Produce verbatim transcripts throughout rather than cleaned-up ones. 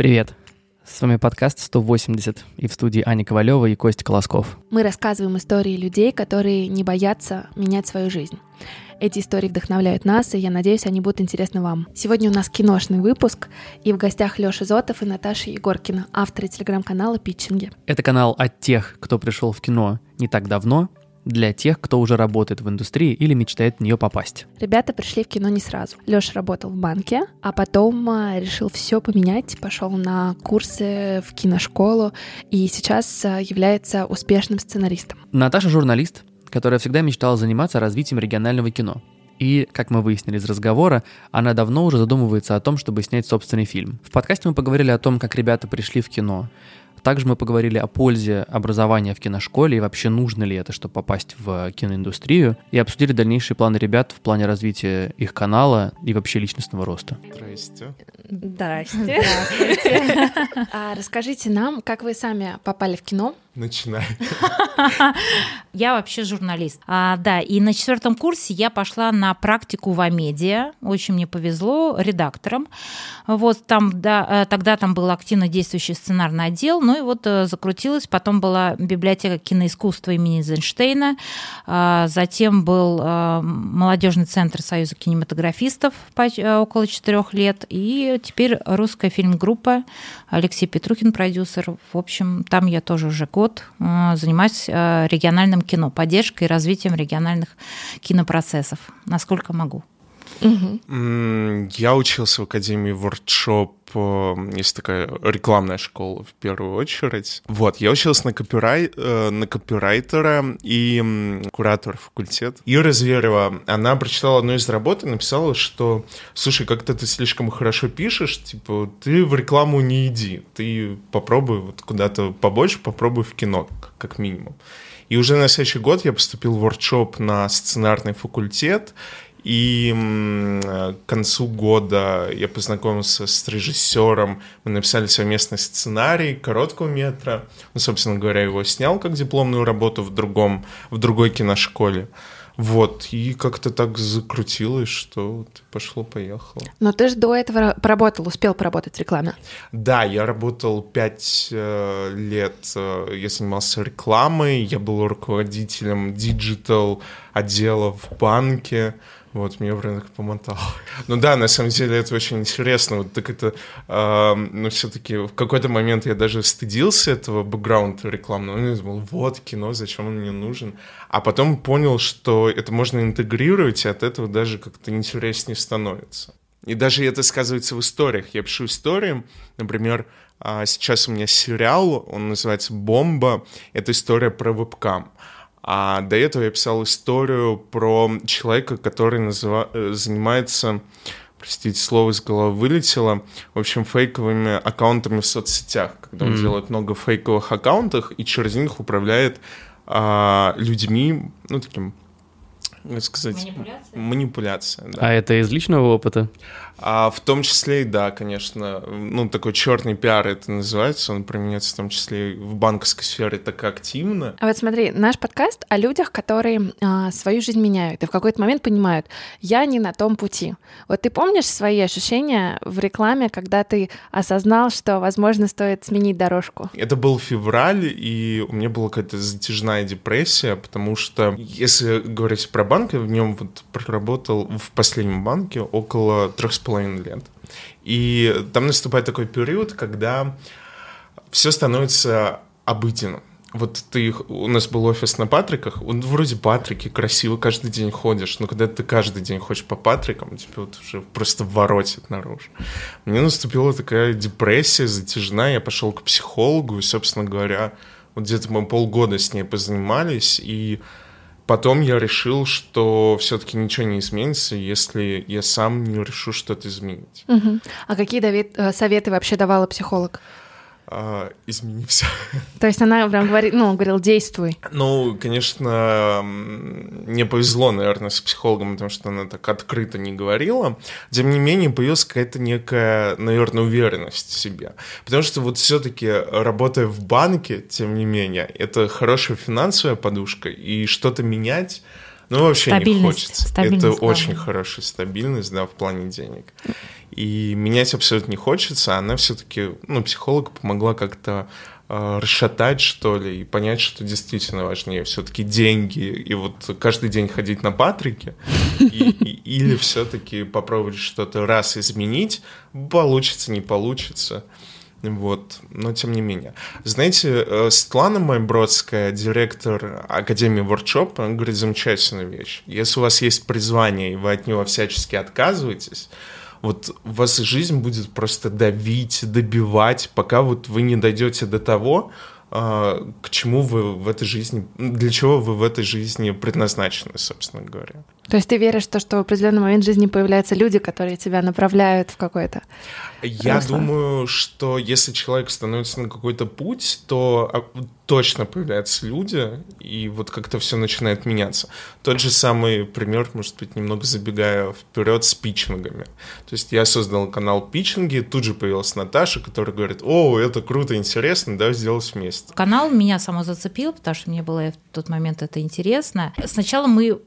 Привет! С вами подкаст сто восемьдесят, и в студии Аня Ковалева и Костя Колосков. Мы рассказываем истории людей, которые не боятся менять свою жизнь. Эти истории вдохновляют нас, и я надеюсь, они будут интересны вам. Сегодня у нас киношный выпуск, и в гостях Лёша Зотов и Наташа Егоркина, авторы телеграм-канала «Питчинги». Это канал от тех, кто пришел в кино не так давно, для тех, кто уже работает в индустрии или мечтает в нее попасть. Ребята пришли в кино не сразу. Лёша работал в банке, а потом решил все поменять, пошел на курсы в киношколу и сейчас является успешным сценаристом. Наташа журналист, которая всегда мечтала заниматься развитием регионального кино. И, как мы выяснили из разговора, она давно уже задумывается о том, чтобы снять собственный фильм. В подкасте мы поговорили о том, как ребята пришли в кино. Также мы поговорили о пользе образования в киношколе и вообще нужно ли это, чтобы попасть в киноиндустрию, и обсудили дальнейшие планы ребят в плане развития их канала и вообще личностного роста. Здрасте. Здрасте. Здравствуйте. А расскажите нам, как вы сами попали в кино? Начинай. Я вообще журналист. А, да, и на четвертом курсе я пошла на практику в Амедиа. Очень мне повезло, редактором. Вот там, да, тогда там был активно действующий сценарный отдел. Ну и вот закрутилась. Потом была библиотека киноискусства имени Эйзенштейна. А, затем был а, молодежный центр Союза кинематографистов около четырех лет. И теперь русская фильм-группа. Алексей Петрухин, продюсер. В общем, там я тоже уже год занимаюсь региональным кино, поддержкой и развитием региональных кинопроцессов, насколько могу. Угу. Я учился в Академии Воркшоп, есть такая рекламная школа в первую очередь. Вот, я учился на, копирай... на копирайтера и куратора факультета. Ира Зверева, она прочитала одну из работ и написала, что, слушай, как-то ты слишком хорошо пишешь, типа, ты в рекламу не иди, ты попробуй вот куда-то побольше, попробуй в кино, как минимум. И уже на следующий год я поступил в воркшоп на сценарный факультет. И к концу года я познакомился с режиссером, мы написали совместный сценарий короткого метра. Он, собственно говоря, его снял как дипломную работу в другом, в другой киношколе. Вот, и как-то так закрутилось, что пошло-поехало. Но ты же до этого поработал, успел поработать в рекламе. Да, я работал пять э, лет, э, я занимался рекламой, я был руководителем диджитал отдела в банке. Вот, мне прям так помотало. Ну да, на самом деле это очень интересно. Вот так это, э, ну все-таки в какой-то момент я даже стыдился этого бэкграунда рекламного. Ну, я думал, вот кино, зачем он мне нужен? А потом понял, что это можно интегрировать, и от этого даже как-то интереснее становится. И даже это сказывается в историях. Я пишу истории, например, сейчас у меня сериал, он называется «Бомба». Это история про вебкам. А до этого я писал историю про человека, который называ... занимается, простите, слово из головы вылетело, в общем, фейковыми аккаунтами в соцсетях, когда он mm. делает много фейковых аккаунтов и через них управляет а, людьми, ну, таким, как сказать... Манипуляция? Манипуляция, да. А это из личного опыта? А в том числе, и да, конечно, ну, такой черный пиар это называется, он применяется в том числе и в банковской сфере так активно. А вот смотри, наш подкаст о людях, которые а, свою жизнь меняют и в какой-то момент понимают, я не на том пути. Вот ты помнишь свои ощущения в рекламе, когда ты осознал, что, возможно, стоит сменить дорожку? Это был февраль, и у меня была какая-то затяжная депрессия, потому что, если говорить про банк, я в нем вот проработал в последнем банке около трех с половиной лет. И там наступает такой период, когда все становится обыденным. Вот ты, у нас был офис на Патриках, он вроде Патрики, красиво, каждый день ходишь, но когда ты каждый день ходишь по Патрикам, тебя вот уже просто воротит наружу. Мне наступила такая депрессия затяжная, я пошел к психологу, и, собственно говоря, вот где-то мы полгода с ней позанимались, и потом я решил, что все-таки ничего не изменится, если я сам не решу что-то изменить. Угу. А какие дави- советы вообще давала психолог? А, измени все. То есть она прям говорит, ну, говорил, действуй. Ну, конечно, мне повезло, наверное, с психологом, потому что она так открыто не говорила. Тем не менее, появилась какая-то некая, наверное, уверенность в себе. Потому что вот все-таки, работая в банке, тем не менее, это хорошая финансовая подушка, и что-то менять Ну, вообще стабильность, не хочется. Стабильность, это главное. очень хорошая стабильность, да, в плане денег. И менять абсолютно не хочется. Она все-таки, ну, психолог помогла как-то э, расшатать, что ли, и понять, что действительно важнее все-таки деньги. И вот каждый день ходить на Патрике, и, и, или все-таки попробовать что-то раз изменить, получится, не получится. Вот, но тем не менее. Знаете, Светлана моя Бродская, директор Академии Воркшоп, она говорит замечательную вещь. Если у вас есть призвание, и вы от него всячески отказываетесь, вот вас жизнь будет просто давить, добивать, пока вот вы не дойдете до того, к чему вы в этой жизни, для чего вы в этой жизни предназначены, собственно говоря. То есть ты веришь в то, что в определенный момент в жизни появляются люди, которые тебя направляют в какое-то Я русло? думаю, что если человек становится на какой-то путь, то точно появляются люди, и вот как-то все начинает меняться. Тот же самый пример, может быть, немного забегая вперед, с питчингами. То есть я создал канал питчинги, тут же появилась Наташа, которая говорит: о, это круто, интересно, давай сделать вместе. Канал меня само зацепил, потому что мне было в тот момент это интересно. Сначала мы,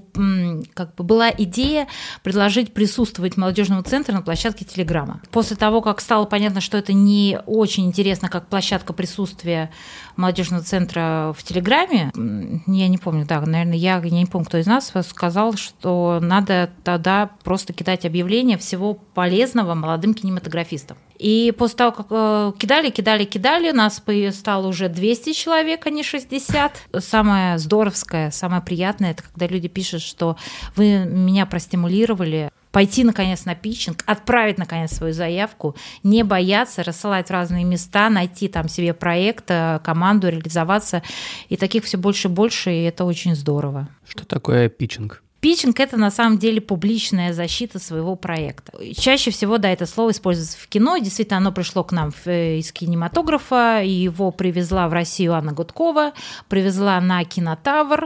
как бы, была идея предложить присутствовать молодежному центру на площадке Телеграма. После того, как стало понятно, что это не очень интересно, как площадка присутствия молодежного центра в Телеграме, я не помню, да, наверное, я, я не помню, кто из нас сказал, что надо тогда просто кидать объявления всего полезного молодым кинематографистам. И после того, как кидали, кидали, кидали, нас стало уже двести человек, а не шестьдесят. Самое здоровское, самое приятное, это когда люди пишут, что вы меня простимулировали пойти, наконец, на питчинг, отправить, наконец, свою заявку, не бояться, рассылать в разные места, найти там себе проект, команду, реализоваться. И таких все больше и больше, и это очень здорово. Что такое питчинг? Питчинг – это на самом деле публичная защита своего проекта. Чаще всего, да, это слово используется в кино. Действительно, оно пришло к нам из кинематографа. Его привезла в Россию Анна Гудкова, привезла на Кинотавр.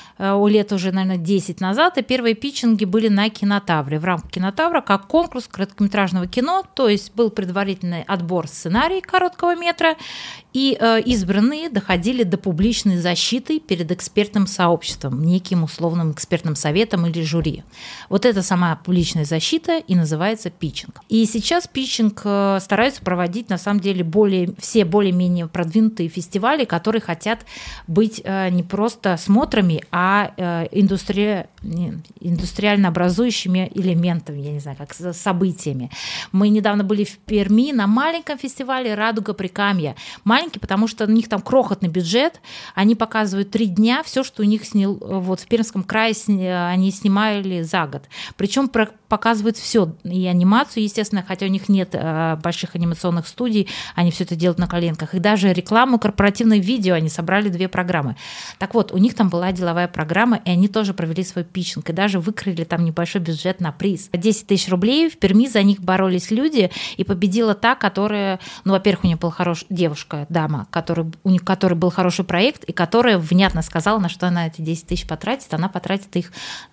У лет уже, наверное, десять назад, и первые питчинги были на Кинотавре. В рамках Кинотавра как конкурс короткометражного кино, то есть был предварительный отбор сценария короткого метра, и э, избранные доходили до публичной защиты перед экспертным сообществом, неким условным экспертным советом или жюри. Вот это сама публичная защита и называется питчинг. И сейчас питчинг э, стараются проводить, на самом деле, более, все более-менее продвинутые фестивали, которые хотят быть э, не просто смотрами, а индустри... индустриально образующими элементами, я не знаю, как событиями. Мы недавно были в Перми на маленьком фестивале «Радуга Прикамья». Маленький, потому что у них там крохотный бюджет, они показывают три дня все, что у них снял, вот в Пермском крае они снимали за год. Причем показывают все, и анимацию, естественно, хотя у них нет больших анимационных студий, они все это делают на коленках, и даже рекламу, корпоративное видео, они собрали две программы. Так вот, у них там была деловая программа, и они тоже провели свой питчинг, и даже выкрыли там небольшой бюджет на приз. десять тысяч рублей, в Перми за них боролись люди, и победила та, которая, ну, во-первых, у нее была хорошая девушка, дама, который, у них, который был хороший проект, и которая внятно сказала, на что она эти десять тысяч потратит, она потратит их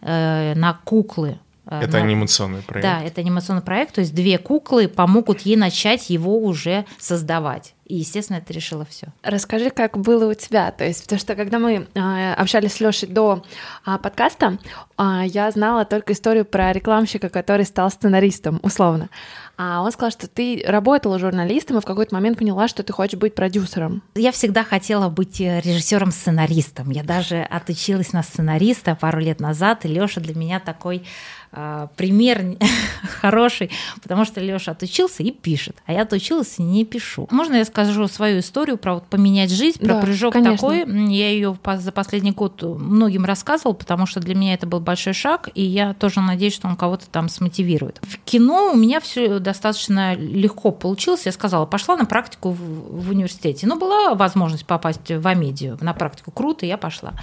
э, на куклы. Это на... анимационный проект. Да, это анимационный проект, то есть две куклы помогут ей начать его уже создавать. И, естественно, это решило все. Расскажи, как было у тебя. То есть, потому что когда мы э, общались с Лёшей до э, подкаста, э, я знала только историю про рекламщика, который стал сценаристом, условно. А он сказал, что ты работала журналистом и в какой-то момент поняла, что ты хочешь быть продюсером. Я всегда хотела быть режиссером-сценаристом. Я даже отучилась на сценариста пару лет назад, и Лёша для меня такой э, пример хороший, потому что Лёша отучился и пишет, а я отучилась и не пишу. Можно я скажу свою историю про вот поменять жизнь, про да, прыжок конечно. такой? Я ее за последний год многим рассказывала, потому что для меня это был большой шаг, и я тоже надеюсь, что он кого-то там смотивирует. В кино у меня все достаточно легко получилось. Я сказала, пошла на практику в, в университете. Ну, была возможность попасть в Амедию на практику. Круто, я пошла.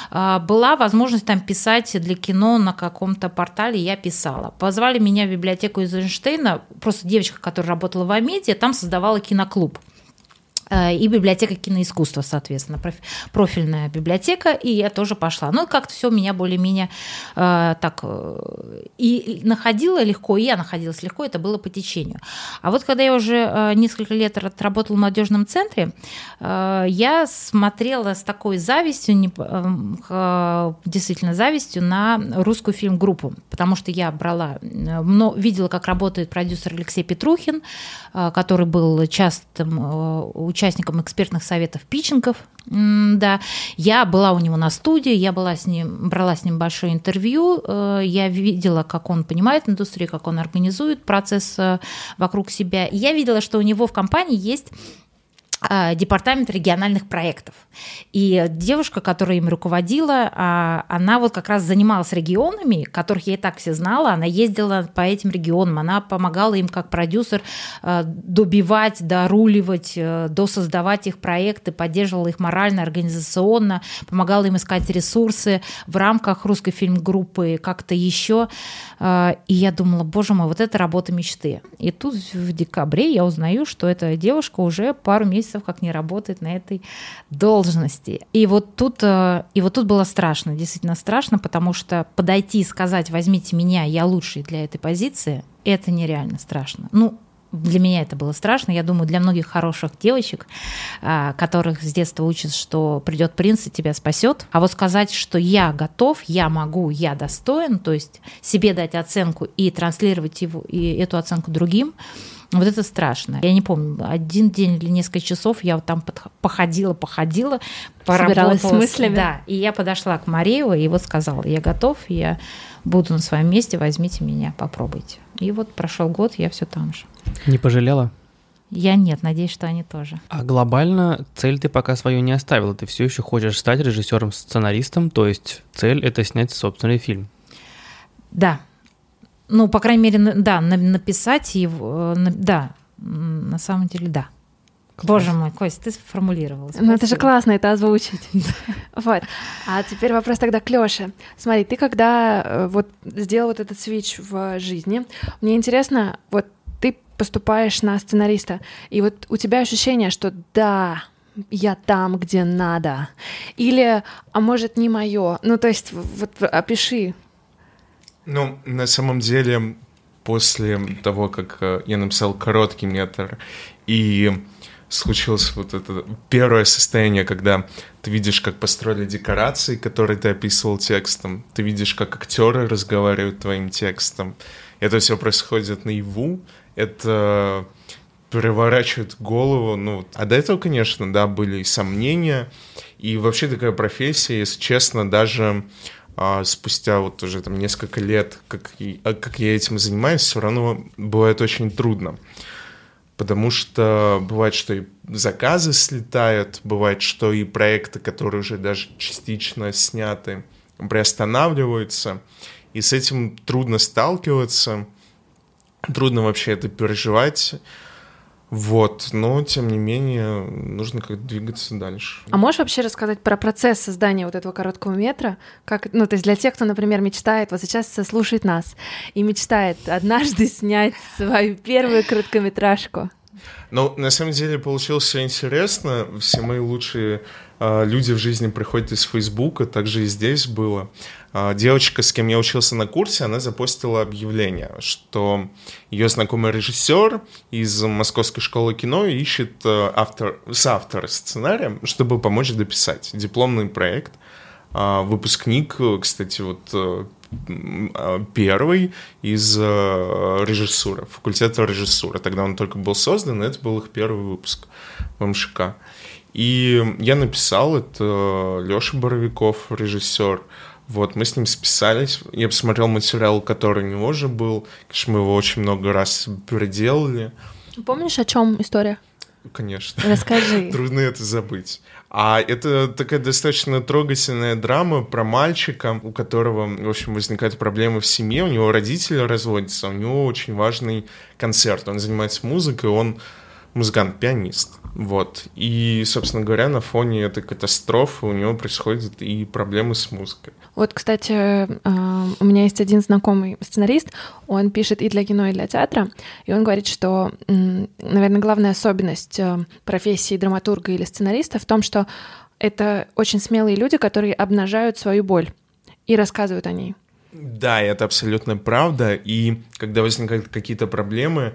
Была возможность там писать для кино на каком-то портале, я писала. Позвали меня в библиотеку Эйзенштейна, просто девочка, которая работала в Амедии, там создавала киноклуб. и библиотека киноискусства, соответственно, профильная библиотека, и я тоже пошла. Ну, как-то все у меня более-менее э, так и находила легко, и я находилась легко, это было по течению. А вот когда я уже э, несколько лет отработала в молодежном центре, э, я смотрела с такой завистью, не, э, действительно завистью, на русскую фильм-группу, потому что я брала, но, видела, как работает продюсер Алексей Петрухин, э, который был частым э, участником экспертных советов питчингов. Да, я была у него на студии, я была с ним, брала с ним большое интервью, я видела, как он понимает индустрию, как он организует процесс вокруг себя. Я видела, что у него в компании есть департамент региональных проектов. И девушка, которая им руководила, она вот как раз занималась регионами, которых я и так все знала, она ездила по этим регионам, она помогала им как продюсер добивать, доруливать, досоздавать их проекты, поддерживала их морально, организационно, помогала им искать ресурсы в рамках русской фильм-группы, как-то еще. И я думала, боже мой, вот это работа мечты. И тут в декабре я узнаю, что эта девушка уже пару месяцев как не работает на этой должности. И вот тут, и вот тут было страшно, действительно страшно, потому что подойти и сказать: возьмите меня, я лучший для этой позиции, это нереально страшно. Ну, для меня это было страшно. Я думаю, для многих хороших девочек, которых с детства учат, что придет принц и тебя спасет. А вот сказать, что я готов, я могу, я достоин, то есть себе дать оценку и транслировать его, и эту оценку другим, вот это страшно. Я не помню, один день или несколько часов я вот там походила, походила, поработала. Собиралась с мыслями. Да, и я подошла к Марееву и вот сказала: я готов, я буду на своем месте, возьмите меня, попробуйте. И вот прошел год, я все там же. Не пожалела? Я нет, надеюсь, что они тоже. А глобально цель ты пока свою не оставила. Ты все еще хочешь стать режиссером-сценаристом, то есть цель — это снять собственный фильм. Да. Ну, по крайней мере, да, написать его, да, на самом деле, да. Класс. Боже мой, Кость, ты сформулировала. Ну, это же классно, это озвучить. Вот. А теперь вопрос тогда к Лёше. Смотри, ты когда вот сделал вот этот свитч в жизни, мне интересно, вот ты поступаешь на сценариста, и вот у тебя ощущение, что да, я там, где надо, или, а может, не мое. Ну, то есть, вот опиши. Ну, на самом деле, после того, как я написал короткий метр, и случилось вот это первое состояние, когда ты видишь, как построили декорации, которые ты описывал текстом, ты видишь, как актеры разговаривают твоим текстом. Это все происходит наяву, это переворачивает голову. Ну, а до этого, конечно, да, были и сомнения, и вообще такая профессия, если честно, даже... А спустя вот уже там несколько лет, как, и, как я этим занимаюсь, все равно бывает очень трудно. Потому что бывает, что и заказы слетают, бывает, что и проекты, которые уже даже частично сняты, приостанавливаются. И с этим трудно сталкиваться, трудно вообще это переживать. Вот, но, тем не менее, нужно как-то двигаться дальше. А можешь вообще рассказать про процесс создания вот этого короткого метра? Как, ну, то есть для тех, кто, например, мечтает, вот сейчас слушает нас и мечтает однажды снять свою первую короткометражку. Ну, на самом деле получилось все интересно. Все мои лучшие э, люди в жизни приходят из Фейсбука, также и здесь было. Э, девочка, с кем я учился на курсе, она запостила объявление, что ее знакомый режиссер из Московской школы кино ищет э, автор, соавтора сценария, чтобы помочь дописать дипломный проект. Э, выпускник, кстати, вот... Э, первый из э, режиссуры, факультета режиссуры. Тогда он только был создан, и это был их первый выпуск в эм ша ка. И я написал, это Лёша Боровиков, режиссер. Вот, мы с ним списались. Я посмотрел материал, который у него же был. Конечно, мы его очень много раз переделали. Помнишь, о чем история? Конечно. Расскажи. Трудно это забыть. А это такая достаточно трогательная драма про мальчика, у которого, в общем, возникают проблемы в семье, у него родители разводятся, у него очень важный концерт, он занимается музыкой, он музыкант-пианист. Вот. И, собственно говоря, на фоне этой катастрофы у него происходят и проблемы с музыкой. Вот, кстати, у меня есть один знакомый сценарист, он пишет и для кино, и для театра, и он говорит, что, наверное, главная особенность профессии драматурга или сценариста в том, что это очень смелые люди, которые обнажают свою боль и рассказывают о ней. Да, это абсолютно правда, и когда возникают какие-то проблемы,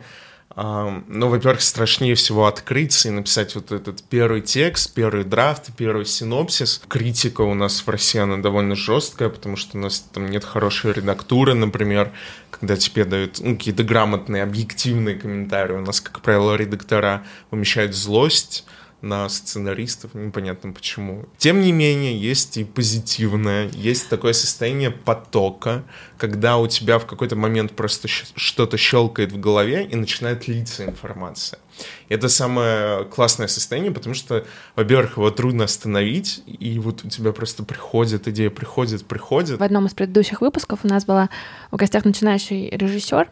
ну, во-первых, страшнее всего открыться и написать вот этот первый текст, первый драфт, первый синопсис. Критика у нас в России, она довольно жесткая, потому что у нас там нет хорошей редактуры, например, когда тебе дают ну, какие-то грамотные, объективные комментарии. У нас, как правило, редактора помещают злость на сценаристов, непонятно почему. Тем не менее, есть и позитивное, есть такое состояние потока, когда у тебя в какой-то момент просто что-то щелкает в голове и начинает литься информация. И это самое классное состояние, потому что, во-первых, его трудно остановить, и вот у тебя просто приходит идея, приходит, приходит. В одном из предыдущих выпусков у нас была в гостях начинающий режиссер.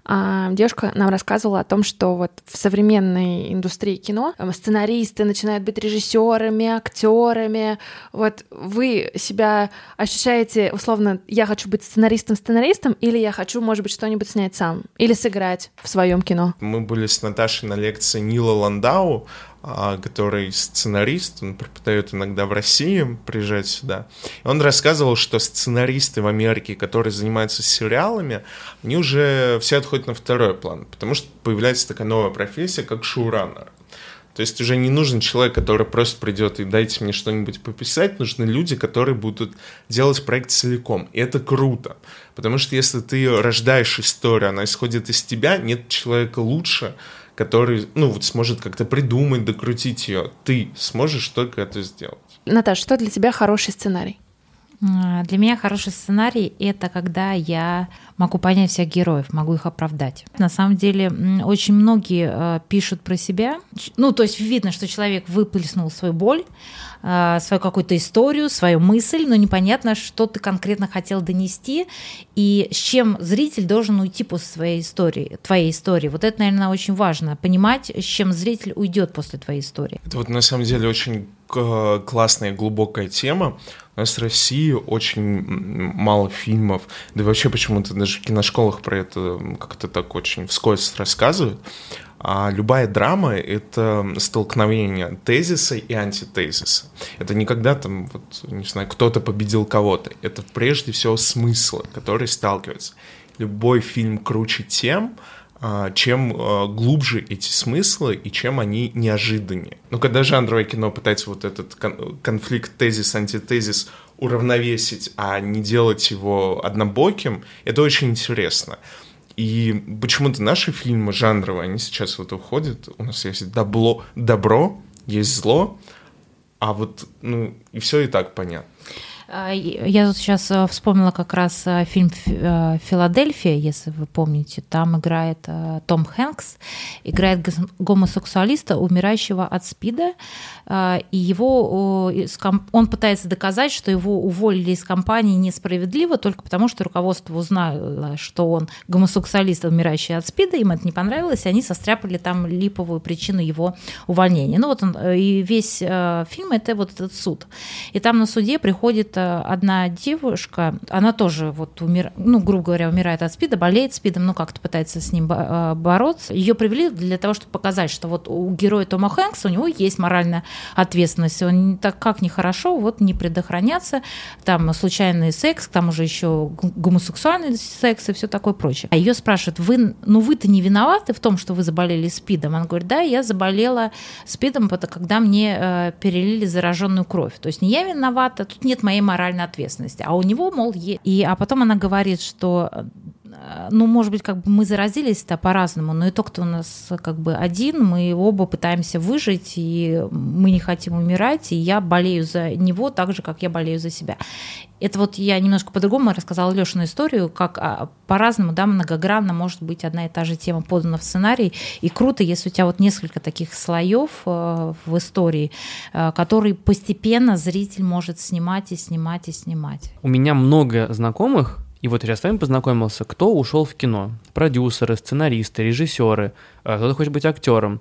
Девушка нам рассказывала о том, что вот в современной индустрии кино сценаристы начинают быть режиссерами, актерами. Вот вы себя ощущаете, условно, я хочу быть сценаристом-сценаристом, или я хочу, может быть, что-нибудь снять сам, или сыграть в своем кино? Мы были с Наташей на лекции Нила Ландау, который сценарист, он преподает иногда в России, приезжает сюда. И он рассказывал, что сценаристы в Америке, которые занимаются сериалами, они уже все отходят на второй план, потому что появляется такая новая профессия, как шоураннер. То есть уже не нужен человек, который просто придет и дайте мне что-нибудь пописать, нужны люди, которые будут делать проект целиком. И это круто, потому что если ты рождаешь историю, она исходит из тебя, нет человека лучше, который, ну, вот сможет как-то придумать, докрутить ее. Ты сможешь только это сделать. Наташа, что для тебя хороший сценарий? Для меня хороший сценарий — это когда я могу понять всех героев, могу их оправдать. На самом деле очень многие пишут про себя. Ну, то есть видно, что человек выплеснул свою боль, свою какую-то историю, свою мысль, но непонятно, что ты конкретно хотел донести и с чем зритель должен уйти после своей истории, твоей истории. Вот это, наверное, очень важно, понимать, с чем зритель уйдет после твоей истории. Это вот на самом деле очень классная и глубокая тема. У нас в России очень мало фильмов, да и вообще почему-то даже в киношколах про это как-то так очень вскользь рассказывают. А любая драма — это столкновение тезиса и антитезиса. Это не когда там, вот, не знаю, кто-то победил кого-то. Это прежде всего смыслы, которые сталкиваются. Любой фильм круче тем, чем глубже эти смыслы и чем они неожиданнее. Но когда жанровое кино пытается вот этот конфликт тезис-антитезис уравновесить, а не делать его однобоким, это очень интересно. И почему-то наши фильмы жанровые, они сейчас вот уходят, у нас есть добро, добро, есть зло, а вот, ну, и все и так понятно. Я тут сейчас вспомнила как раз фильм «Филадельфия», если вы помните. Там играет Том Хэнкс, играет гомосексуалиста, умирающего от СПИДа, и его, он пытается доказать, что его уволили из компании несправедливо только потому, что руководство узнало, что он гомосексуалист, умирающий от СПИДа, им это не понравилось, и они состряпали там липовую причину его увольнения. Ну вот он, и весь фильм — это вот этот суд. И там на суде приходит одна девушка, она тоже, вот умир... ну, грубо говоря, умирает от СПИДа, болеет СПИДом, ну, как-то пытается с ним бороться. Ее привели для того, чтобы показать, что вот у героя Тома Хэнкса у него есть моральная ответственность. Он так как нехорошо вот не предохраняться, там случайный секс, к тому же еще гомосексуальный секс и все такое прочее. А ее спрашивают, вы, ну вы-то не виноваты в том, что вы заболели СПИДом? Она говорит, да, я заболела СПИДом, когда мне э, перелили зараженную кровь. То есть не я виновата, тут нет моей моральной ответственности, а у него, мол, есть. И, а потом она говорит, что, ну, может быть, как бы мы заразились-то по-разному, но итог-то у нас как бы один, мы оба пытаемся выжить, и мы не хотим умирать, и я болею за него так же, как я болею за себя. Это вот я немножко по-другому рассказала Лёшину историю, как по-разному, да, многогранно может быть одна и та же тема подана в сценарий, и круто, если у тебя вот несколько таких слоев в истории, которые постепенно зритель может снимать и снимать и снимать. У меня много знакомых, и вот я с вами познакомился, кто ушел в кино. Продюсеры, сценаристы, режиссеры, кто-то хочет быть актером.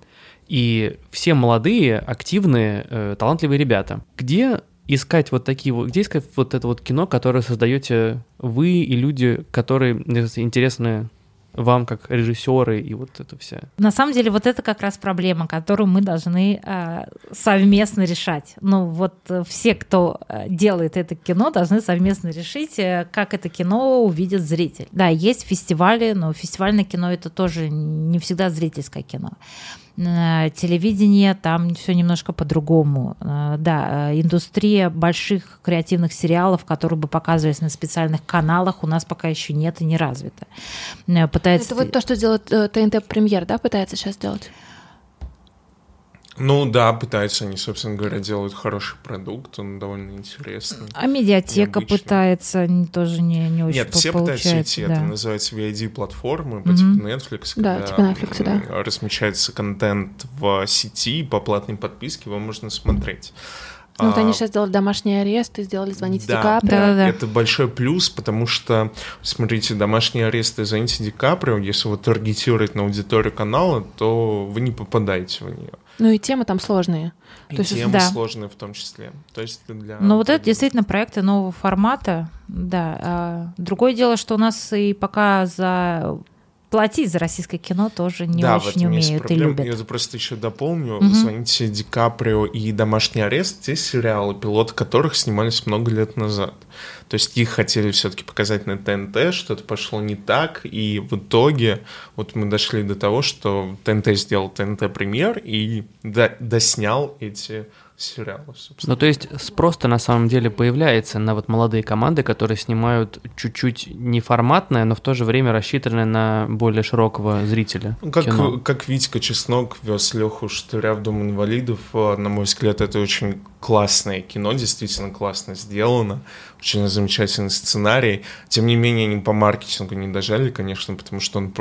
И все молодые, активные, э, талантливые ребята. Где искать вот такие вот, где искать вот это вот кино, которое создаете вы и люди, которые интересны вам как режиссеры и вот это вся? На самом деле вот это как раз проблема, которую мы должны э, совместно решать. Ну вот э, все, кто делает это кино, должны совместно решить, э, как это кино увидит зритель. Да, есть фестивали, но фестивальное кино — это тоже не всегда зрительское кино. Телевидение, там все немножко по-другому. Да, индустрия больших креативных сериалов, которые бы показывались на специальных каналах, у нас пока еще нет и не развита. Пытается... Это вот то, что делает ТНТ Премьер, да, пытается сейчас сделать? Ну да, пытаются они, собственно говоря, делают хороший продукт, он довольно интересный. А медиатека необычный. Пытается, тоже не, не очень Нет, все пытаются идти, да. Это называется ви ай ди-платформы, по mm-hmm. типу Netflix, да, когда типа Netflix, да. размещается контент в сети, по платной подписке его можно смотреть. Ну, вот они сейчас сделали «Домашний арест» и сделали «Звоните да, Ди Каприо». Да, да, это большой плюс, потому что, смотрите, «Домашний арест» и «Звоните Ди Каприо», если вы таргетируете на аудиторию канала, то вы не попадаете в нее. Ну и темы там сложные. И то есть, темы да. сложные в том числе. То есть для... Но вот это действительно проекты нового формата, да. А другое дело, что у нас и пока за... платить за российское кино тоже не да, очень умеют и любят. Я просто еще дополню. Угу. «Звоните Ди Каприо» и «Домашний арест» — те сериалы, пилоты которых снимались много лет назад. То есть их хотели все-таки показать на ТНТ, что-то пошло не так, и в итоге вот мы дошли до того, что ТНТ сделал ТНТ Премьер и до- доснял эти сериалы, собственно. Ну, то есть спрос-то на самом деле появляется на вот молодые команды, которые снимают чуть-чуть неформатное, но в то же время рассчитанное на более широкого зрителя ну, как, кино. Как Витька Чеснок вез Леху Штыря в Дом инвалидов, на мой взгляд, это очень классное кино, действительно классно сделано, очень замечательный сценарий. Тем не менее, они по маркетингу не дожали, конечно, потому что он,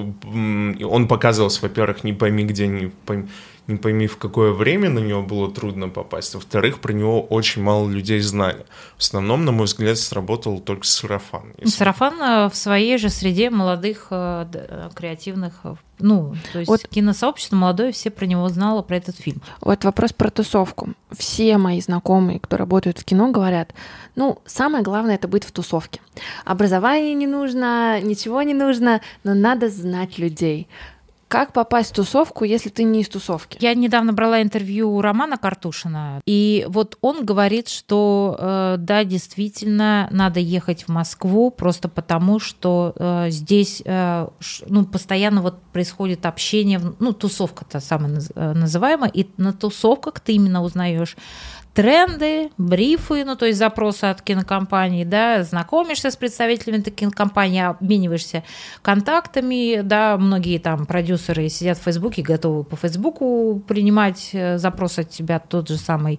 он показывался, во-первых, не пойми где, не пойми, не пойми в какое время на него было трудно попасть. Во-вторых, про него очень мало людей знали. В основном, на мой взгляд, сработал только сарафан. Если... Сарафан в своей же среде молодых креативных, ну, то есть вот киносообщество молодое, все про него знало, про этот фильм. Вот вопрос про тусовку. Все мои знакомые, кто работают в кино, говорят, ну, самое главное — это быть в тусовке. Образование не нужно, ничего не нужно, но надо знать людей. Как попасть в тусовку, если ты не из тусовки? Я недавно брала интервью у Романа Картушина, и вот он говорит, что э, да, действительно, надо ехать в Москву просто потому, что э, здесь э, ну, постоянно вот происходит общение, ну, тусовка-то самая называемая, и на тусовках ты именно узнаешь тренды, брифы, ну, то есть запросы от кинокомпаний, да, знакомишься с представителями этой кинокомпании, обмениваешься контактами, да, многие там продюсеры сидят в Фейсбуке, готовы по Фейсбуку принимать запросы от тебя, тот же самый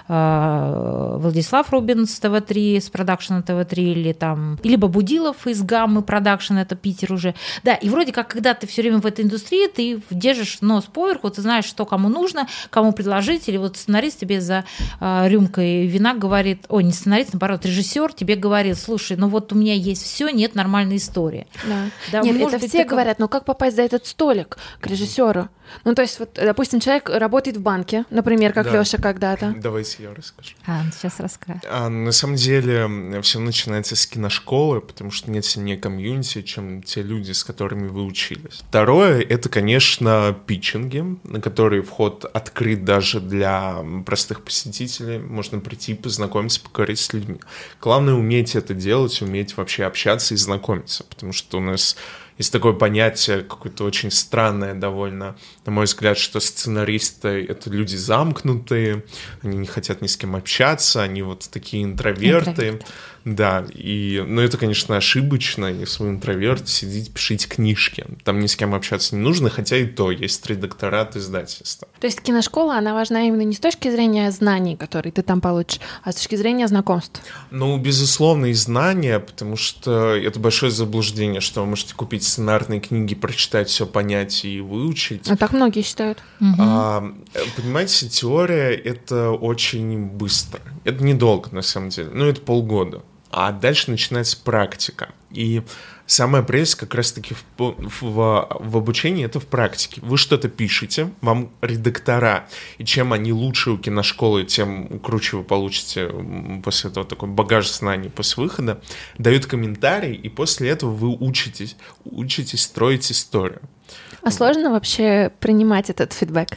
э, Владислав Рубин с ТВ три, с продакшена ТВ три, или там, либо Будилов из Гаммы продакшн, это Питер уже, да, и вроде как, когда ты все время в этой индустрии, ты держишь нос поверху, ты знаешь, что кому нужно, кому предложить, или вот сценарист тебе за рюмкой вина говорит, ой, не сценарист, наоборот, режиссер тебе говорит, слушай, ну вот у меня есть все, нет нормальной истории. Да. Да, нет, может это быть, все такой... говорят, ну как попасть за этот столик к режиссеру? Ну, то есть, вот, допустим, человек работает в банке, например, как да. Лёша когда-то. Давайте я расскажу. А, сейчас расскажу. А, на самом деле, все начинается с киношколы, потому что нет сильнее комьюнити, чем те люди, с которыми вы учились. Второе — это, конечно, питчинги, на которые вход открыт даже для простых посетителей. Можно прийти, познакомиться, поговорить с людьми. Главное — уметь это делать, уметь вообще общаться и знакомиться, потому что у нас есть такое понятие, какое-то очень странное довольно, на мой взгляд, что сценаристы — это люди замкнутые, они не хотят ни с кем общаться, они вот такие интроверты. Интроверт. Да, и, ну, это, конечно, ошибочно, если вы интроверт, сидите, пишите книжки, там ни с кем общаться не нужно, хотя и то, есть редакторат издательства. То есть киношкола, она важна именно не с точки зрения знаний, которые ты там получишь, а с точки зрения знакомств? Ну, безусловно, и знания, потому что это большое заблуждение, что вы можете купить сценарные книги, прочитать, все понять и выучить. А так многие считают. Угу. А, понимаете, теория — это очень быстро, это недолго, на самом деле, ну, это полгода. а дальше начинается практика. И самая прелесть как раз-таки в, в, в обучении — это в практике. Вы что-то пишете, вам редактора, и чем они лучше у киношколы, тем круче вы получите после этого такой багаж знаний после выхода, дают комментарии, и после этого вы учитесь, учитесь строить историю. А сложно вообще принимать этот фидбэк?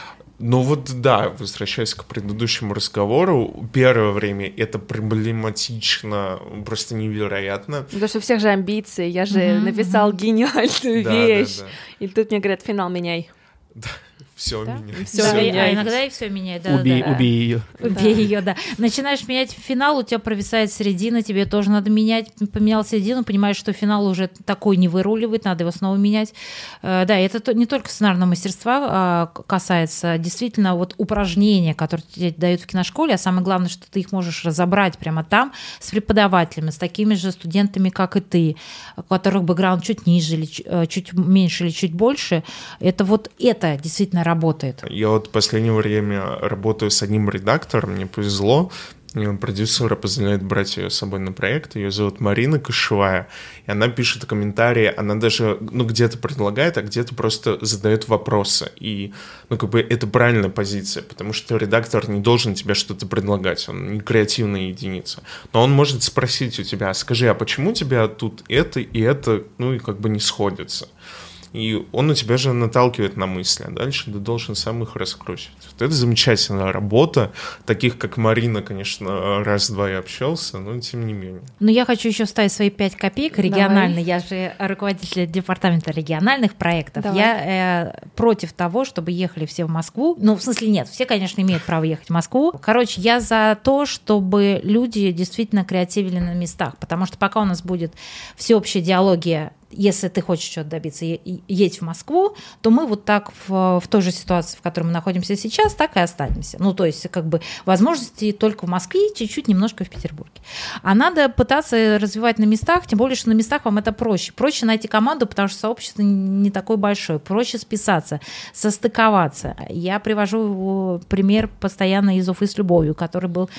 Ну вот да, возвращаясь к предыдущему разговору, первое время это проблематично, просто невероятно. Потому что у всех же амбиции, я же mm-hmm. написал гениальную да, вещь, да, да. И тут мне говорят, финал меняй. Да. Все да? меняет. Все да, меняет. А иногда и все меняет. Да, убей, да. убей ее. Убей да. ее, да. Начинаешь менять финал, у тебя провисает середина, тебе тоже надо менять. Поменял середину, понимаешь, что финал уже такой не выруливает, надо его снова менять. Да, это не только сценарного мастерства касается, действительно, вот упражнения, которые тебе дают в киношколе, а самое главное, что ты их можешь разобрать прямо там с преподавателями, с такими же студентами, как и ты, у которых бэкграунд чуть ниже, или чуть меньше или чуть больше. Это вот это действительно работает. Я вот в последнее время работаю с одним редактором, мне повезло, продюсера позволяет брать ее с собой на проект, ее зовут Марина Кошевая, и она пишет комментарии, она даже, ну, где-то предлагает, а где-то просто задает вопросы, и, ну, как бы это правильная позиция, потому что редактор не должен тебе что-то предлагать, он не креативная единица, но он может спросить у тебя, скажи, а почему у тебя тут это и это, ну, и как бы не сходится? И он у тебя же наталкивает на мысли, а дальше ты должен сам их раскручивать. Вот это замечательная работа. Таких, как Марина, конечно, раз-два я общался, но тем не менее. Ну, я хочу еще вставить свои пять копеек региональные. Я же руководитель департамента региональных проектов. Давай. Я э, против того, чтобы ехали все в Москву. Ну, в смысле, нет, все, конечно, имеют право ехать в Москву. Короче, я за то, чтобы люди действительно креативили на местах, потому что пока у нас будет всеобщая диалогия, если ты хочешь чего-то добиться, едь в Москву, то мы вот так в, в той же ситуации, в которой мы находимся сейчас, так и останемся. Ну, то есть, как бы, возможности только в Москве, чуть-чуть немножко в Петербурге. А надо пытаться развивать на местах, тем более, что на местах вам это проще. Проще найти команду, потому что сообщество не такое большое. Проще списаться, состыковаться. Я привожу пример постоянно из «Уфы с любовью», который был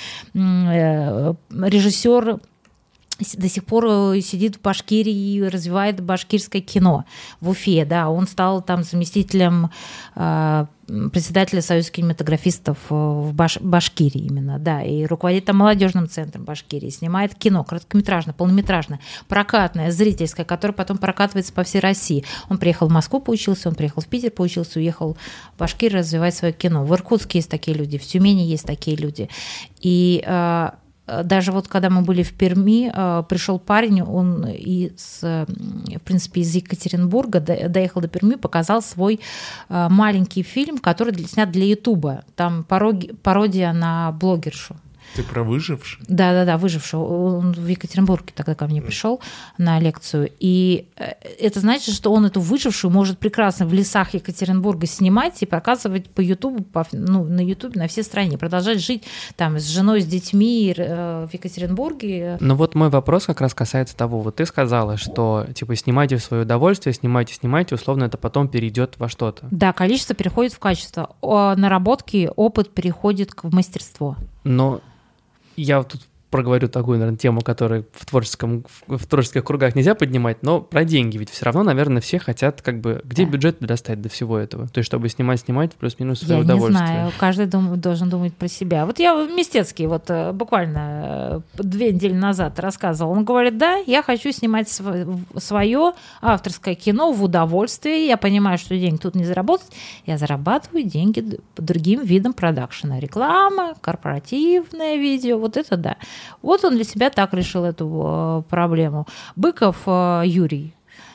э, режиссер, до сих пор сидит в Башкирии и развивает башкирское кино в Уфе, да, он стал там заместителем э, председателя Союза кинематографистов в Баш- Башкирии именно, да, и руководит там молодежным центром Башкирии, снимает кино, короткометражное, полнометражное, прокатное, зрительское, которое потом прокатывается по всей России. Он приехал в Москву, поучился, он приехал в Питер, поучился, уехал в Башкирию развивать свое кино. В Иркутске есть такие люди, в Тюмени есть такие люди. И э, даже вот когда мы были в Перми, пришел парень, он из, в принципе, из Екатеринбурга доехал до Перми, показал свой маленький фильм, который снят для Ютуба. Там пародия на блогершу. Ты про выжившего? Да-да-да, выжившего. Он в Екатеринбурге тогда ко мне пришел на лекцию. И это значит, что он эту выжившую может прекрасно в лесах Екатеринбурга снимать и показывать по Ютубу, по, ну, на Ютубе, на всей стране. Продолжать жить там с женой, с детьми в Екатеринбурге. Ну вот мой вопрос как раз касается того. Вот ты сказала, что типа снимайте в свое удовольствие, снимайте, снимайте, условно это потом перейдет во что-то. Да, количество переходит в качество. Наработки, опыт переходит в мастерство. Но я тут проговорю такую, наверное, тему, которую в, творческом, в творческих кругах нельзя поднимать, но про деньги. Ведь все равно, наверное, все хотят, как бы, где да. бюджет достать до всего этого? То есть, чтобы снимать, снимать, плюс-минус свое я удовольствие. Я не знаю, каждый дум, должен думать про себя. Вот я в Мистецкий вот буквально две недели назад рассказывала. Он говорит, да, я хочу снимать свое авторское кино в удовольствие. Я понимаю, что деньги тут не заработать. Я зарабатываю деньги другим видом продакшена. Реклама, корпоративное видео, вот это да. Вот он для себя так решил эту проблему. Быков Юрий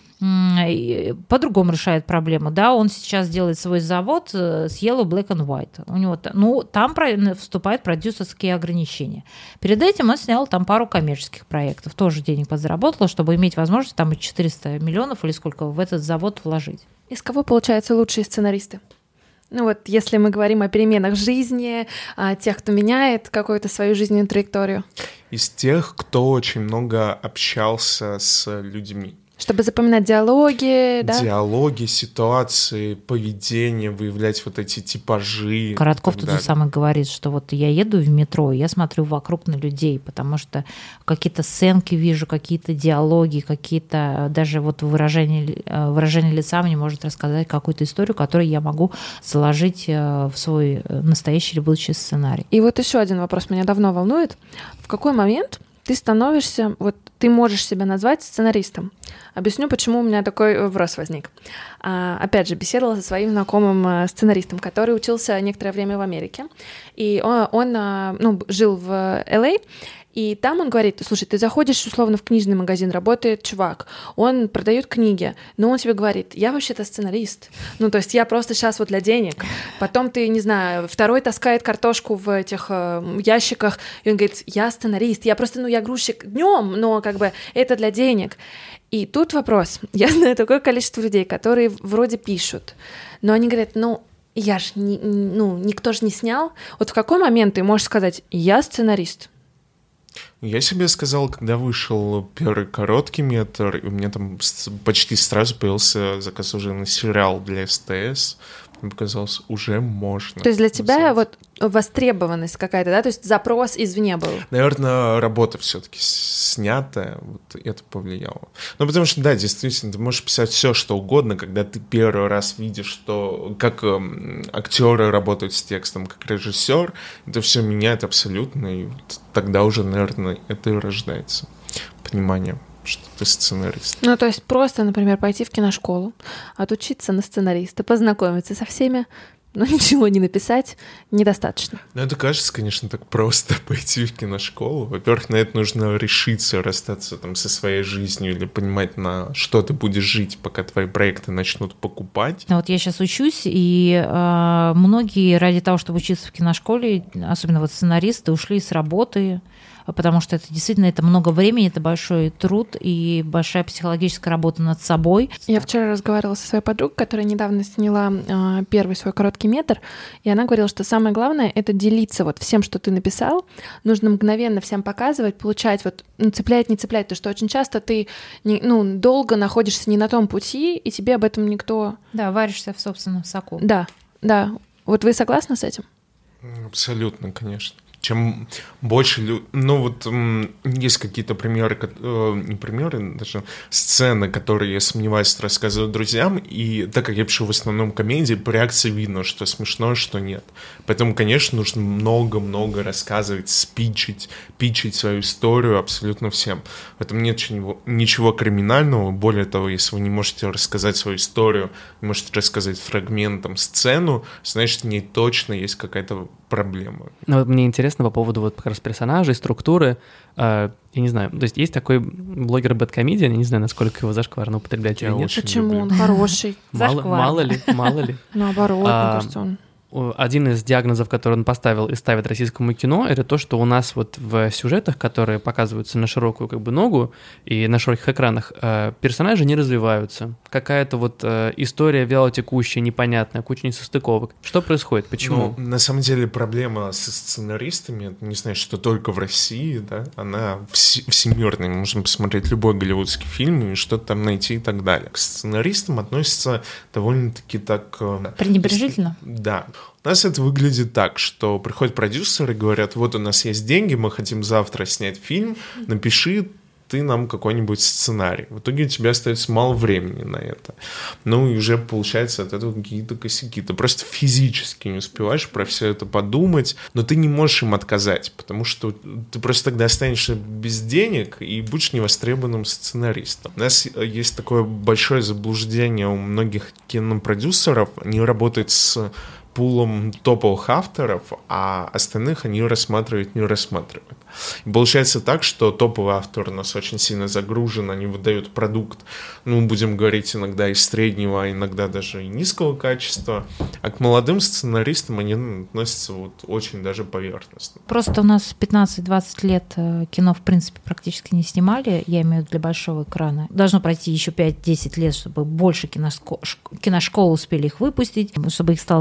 по-другому решает проблему. Да, он сейчас делает свой завод с Yellow, Black and White. У него, ну, там вступают продюсерские ограничения. Перед этим он снял там пару коммерческих проектов. Тоже денег подзаработал, чтобы иметь возможность там четыреста миллионов или сколько в этот завод вложить. Из кого, получаются, лучшие сценаристы? Ну вот, если мы говорим о переменах жизни, о тех, кто меняет какую-то свою жизненную траекторию. Из тех, кто очень много общался с людьми. Чтобы запоминать диалоги, да? Диалоги, ситуации, поведение, выявлять вот эти типажи. Коротков тот же самый говорит, что вот я еду в метро, и я смотрю вокруг на людей, потому что какие-то сценки вижу, какие-то диалоги, какие-то даже вот выражение, выражение лица мне может рассказать какую-то историю, которую я могу заложить в свой настоящий или будущий сценарий. И вот еще один вопрос меня давно волнует. В какой момент ты становишься, вот ты можешь себя назвать сценаристом? Объясню, почему у меня такой вопрос возник. А, опять же, беседовала со своим знакомым сценаристом, который учился некоторое время в Америке. И он, он ну, жил в Эл Эй, и там он говорит: слушай, ты заходишь условно в книжный магазин, работает чувак, он продает книги, но он тебе говорит: я вообще-то сценарист. Ну, то есть я просто сейчас вот для денег. Потом ты, не знаю, второй таскает картошку в этих э, ящиках, и он говорит: я сценарист, я просто, ну, я грузчик днем, но как бы это для денег. И тут вопрос. Я знаю такое количество людей, которые вроде пишут, но они говорят: ну, я ж, не, ну, никто же не снял. Вот в какой момент ты можешь сказать: я сценарист? Я себе сказал, когда вышел первый короткий метр, и у меня там почти сразу появился заказ уже на сериал для эс тэ эс, мне показалось, уже можно. То есть для тебя вот востребованность какая-то, да? То есть запрос извне был? Наверное, работа все-таки снятая, вот это повлияло. Ну, потому что, да, действительно, ты можешь писать все, что угодно, когда ты первый раз видишь, что как э, актеры работают с текстом, как режиссер, это все меняет абсолютно, и вот тогда уже, наверное, это и рождается понимание, что ты сценарист. Ну, то есть просто, например, пойти в киношколу, отучиться на сценариста, познакомиться со всеми, но ничего не написать недостаточно. Ну, это кажется, конечно, так просто пойти в киношколу. Во-первых, на это нужно решиться, расстаться там со своей жизнью или понимать, на что ты будешь жить, пока твои проекты начнут покупать. Вот я сейчас учусь, и э, многие ради того, чтобы учиться в киношколе, особенно вот сценаристы, ушли с работы, потому что это действительно это много времени, это большой труд и большая психологическая работа над собой. Я вчера разговаривала со своей подругой, которая недавно сняла э, первый свой короткий метр, и она говорила, что самое главное — это делиться вот всем, что ты написал. Нужно мгновенно всем показывать, получать, вот, ну, цеплять, не цеплять, потому что очень часто ты не, ну, долго находишься не на том пути, и тебе об этом никто... Да, варишься в собственном соку. Да, да. Вот вы согласны с этим? Абсолютно, конечно. Чем больше... Лю... Ну, вот м, есть какие-то примеры, э, не примеры, даже сцены, которые, я сомневаюсь, рассказываю друзьям, и так как я пишу в основном комедии, по реакции видно, что смешно, что нет. Поэтому, конечно, нужно много-много рассказывать, спичить, пичить свою историю абсолютно всем. В этом нет ничего, ничего криминального. Более того, если вы не можете рассказать свою историю, не можете рассказать фрагментом сцену, значит, в ней точно есть какая-то проблема. Ну, вот мне интересно по поводу вот как раз персонажей, структуры. Э, я не знаю, то есть есть такой блогер Bad-Comedian, я не знаю, насколько его зашкварно употреблять или нет. Почему? Он хороший. Мало, мало ли, мало ли. Наоборот, мне кажется, он... Один из диагнозов, который он поставил и ставит российскому кино, это то, что у нас вот в сюжетах, которые показываются на широкую как бы ногу и на широких экранах, персонажи не развиваются. Какая-то вот история вялотекущая, непонятная, куча несостыковок. Что происходит? Почему? Ну, на самом деле проблема со сценаристами, не знаю, что только в России, да, она вс- всемирная. Мы можем посмотреть любой голливудский фильм и что-то там найти и так далее. К сценаристам относятся довольно-таки так... Пренебрежительно? Да. У нас это выглядит так, что приходят продюсеры и говорят: вот у нас есть деньги, мы хотим завтра снять фильм, напиши ты нам какой-нибудь сценарий. В итоге у тебя остается мало времени на это. Ну и уже получается от этого какие-то косяки. Ты просто физически не успеваешь про все это подумать, но ты не можешь им отказать, потому что ты просто тогда останешься без денег и будешь невостребованным сценаристом. У нас есть такое большое заблуждение у многих кинопродюсеров. Они работают с пулом топовых авторов, а остальных они рассматривают, не рассматривают. И получается так, что топовый автор у нас очень сильно загружен, они выдают продукт, ну, будем говорить, иногда и среднего, а иногда даже и низкого качества, а к молодым сценаристам они относятся вот очень даже поверхностно. Просто у нас пятнадцать-двадцать лет кино, в принципе, практически не снимали, я имею в виду для большого экрана. Должно пройти еще пять-десять лет, чтобы больше киношкол, киношкол успели их выпустить, чтобы их стало не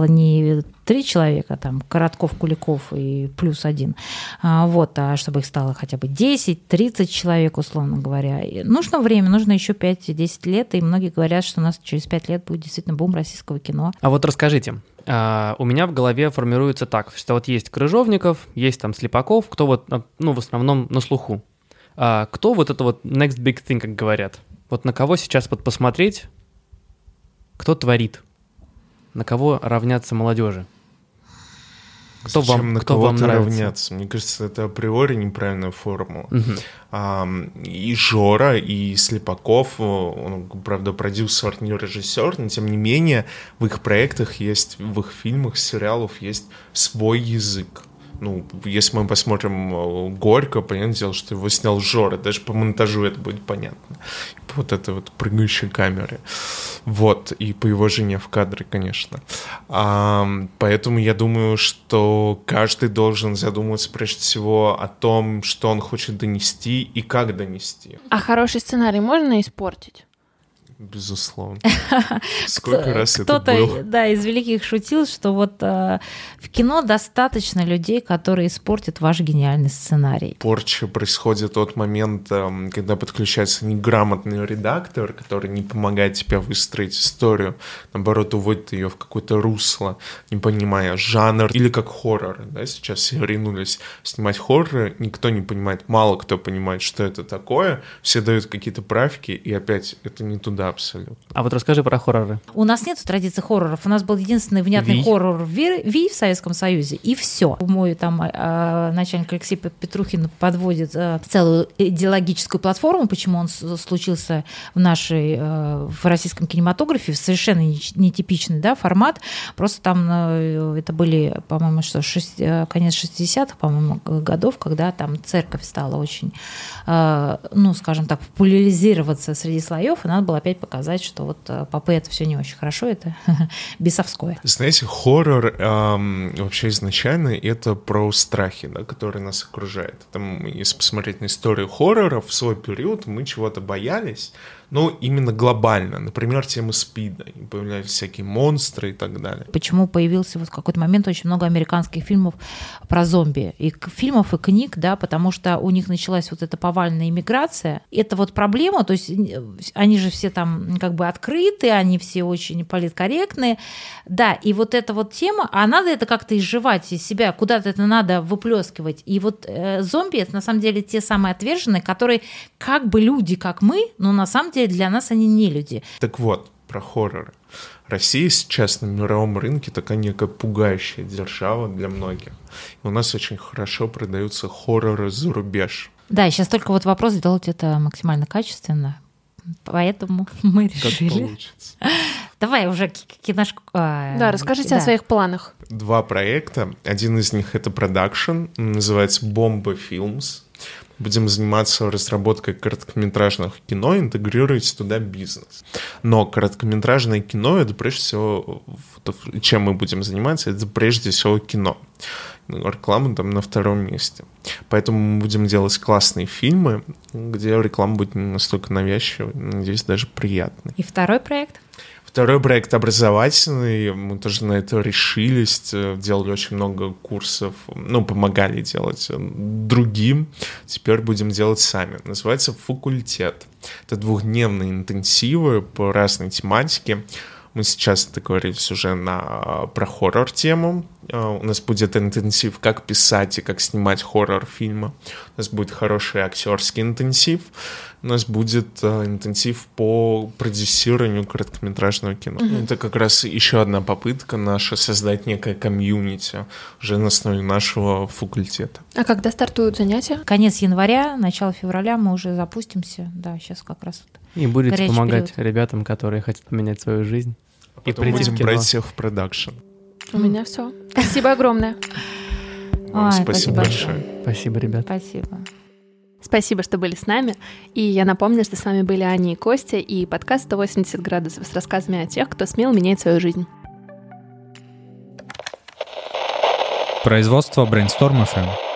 не три человека, там, Коротков, Куликов и плюс один, а, вот, а чтобы их стало хотя бы десять, тридцать человек, условно говоря. И нужно время, нужно еще пять-десять лет, и многие говорят, что у нас через пять лет будет действительно бум российского кино. А вот расскажите, а, у меня в голове формируется так, что вот есть Крыжовников, есть там Слепаков, кто вот, ну, в основном на слуху. А кто вот это вот next big thing, как говорят? Вот на кого сейчас вот посмотреть, кто творит, на кого равняться молодежи? Кто Зачем вам, на кто кого-то вам нравится? равняться? Мне кажется, это априори неправильная формула. Угу. А, и Жора, и Слепаков, он, правда, продюсер, не режиссер, но тем не менее в их проектах есть, в их фильмах, сериалах есть свой язык. Ну, если мы посмотрим «Горько», понятное дело, что его снял Жора, даже по монтажу это будет понятно. Вот это вот прыгающие камеры. Вот, и по его жене в кадре, конечно. А, поэтому я думаю, что каждый должен задумываться прежде всего о том, что он хочет донести и как донести. А хороший сценарий можно испортить? Безусловно. Сколько раз это Кто-то, было? да, из великих шутил, что вот э, в кино достаточно людей, которые испортят ваш гениальный сценарий. Порча происходит в тот момент, когда подключается неграмотный редактор, который не помогает тебе выстроить историю, наоборот, уводит ее в какое-то русло, не понимая жанр, или как хорроры. Да? Сейчас все ринулись снимать хорроры, никто не понимает, мало кто понимает, что это такое, все дают какие-то правки, и опять это не туда абсолютно. А вот расскажи про хорроры. У нас нет традиции хорроров. У нас был единственный внятный Ви. хоррор Ви, Ви в Советском Союзе, и все. Мой там э, начальник Алексей Петрухин подводит э, целую идеологическую платформу, почему он с- случился в нашей, э, в российском кинематографе, совершенно нетипичный, да, формат. Просто там э, это были, по-моему, что шесть, э, конец шестидесятых, по-моему, годов, когда там церковь стала очень, э, ну, скажем так, популяризироваться среди слоев, и надо было опять показать, что вот попы это все не очень хорошо, это бесовское. Знаете, хоррор эм, вообще изначально это про страхи, да, которые нас окружают. Там, если посмотреть на историю хорроров, в свой период мы чего-то боялись, но именно глобально. Например, тема СПИДа, появлялись всякие монстры и так далее. Почему появился вот в какой-то момент очень много американских фильмов про зомби, и фильмов, и книг, да, потому что у них началась вот эта повальная иммиграция. Это вот проблема, то есть они же все там как бы открыты, они все очень политкорректные, да, и вот эта вот тема, а надо это как-то изживать из себя, куда-то это надо выплескивать. И вот э, зомби — это на самом деле те самые отверженные, которые как бы люди, как мы, но на самом деле для нас они не люди. Так вот, про хорроры. Россия сейчас на мировом рынке такая некая пугающая держава для многих. И у нас очень хорошо продаются хорроры за рубеж. Да, и сейчас только вот вопрос сделать это максимально качественно. Поэтому мы решили. Как получится. Давай уже киношку. Да, расскажите да. о своих планах. Два проекта. Один из них — это продакшн, называется «Бомба Films». Будем заниматься разработкой короткометражных кино, интегрировать туда бизнес. Но короткометражное кино — это прежде всего, чем мы будем заниматься, это прежде всего кино. Реклама там на втором месте. Поэтому мы будем делать классные фильмы, где реклама будет не настолько навязчивой, надеюсь, даже приятной. И второй проект? Второй проект образовательный, мы тоже на это решились, делали очень много курсов, ну, помогали делать другим, теперь будем делать сами. Называется «Факультет». Это двухдневные интенсивы по разной тематике. Мы сейчас договорились уже на, про хоррор-тему. У нас будет интенсив, как писать и как снимать хоррор-фильмы. У нас будет хороший актерский интенсив. У нас будет э, интенсив по продюсированию короткометражного кино. Mm-hmm. Это как раз еще одна попытка наша создать некое комьюнити уже на основе нашего факультета. А когда стартуют занятия? Конец января, начало февраля мы уже запустимся. Да, сейчас как раз. И будете помогать период. ребятам, которые хотят поменять свою жизнь. А потом и будем в кино. брать всех в продакшн. У меня все. Спасибо огромное. Вам Ой, спасибо, спасибо большое. Спасибо, ребят. Спасибо. Спасибо, что были с нами. И я напомню, что с вами были Аня и Костя и подкаст сто восемьдесят градусов с рассказами о тех, кто смел менять свою жизнь. Производство Brainstorm эф эм.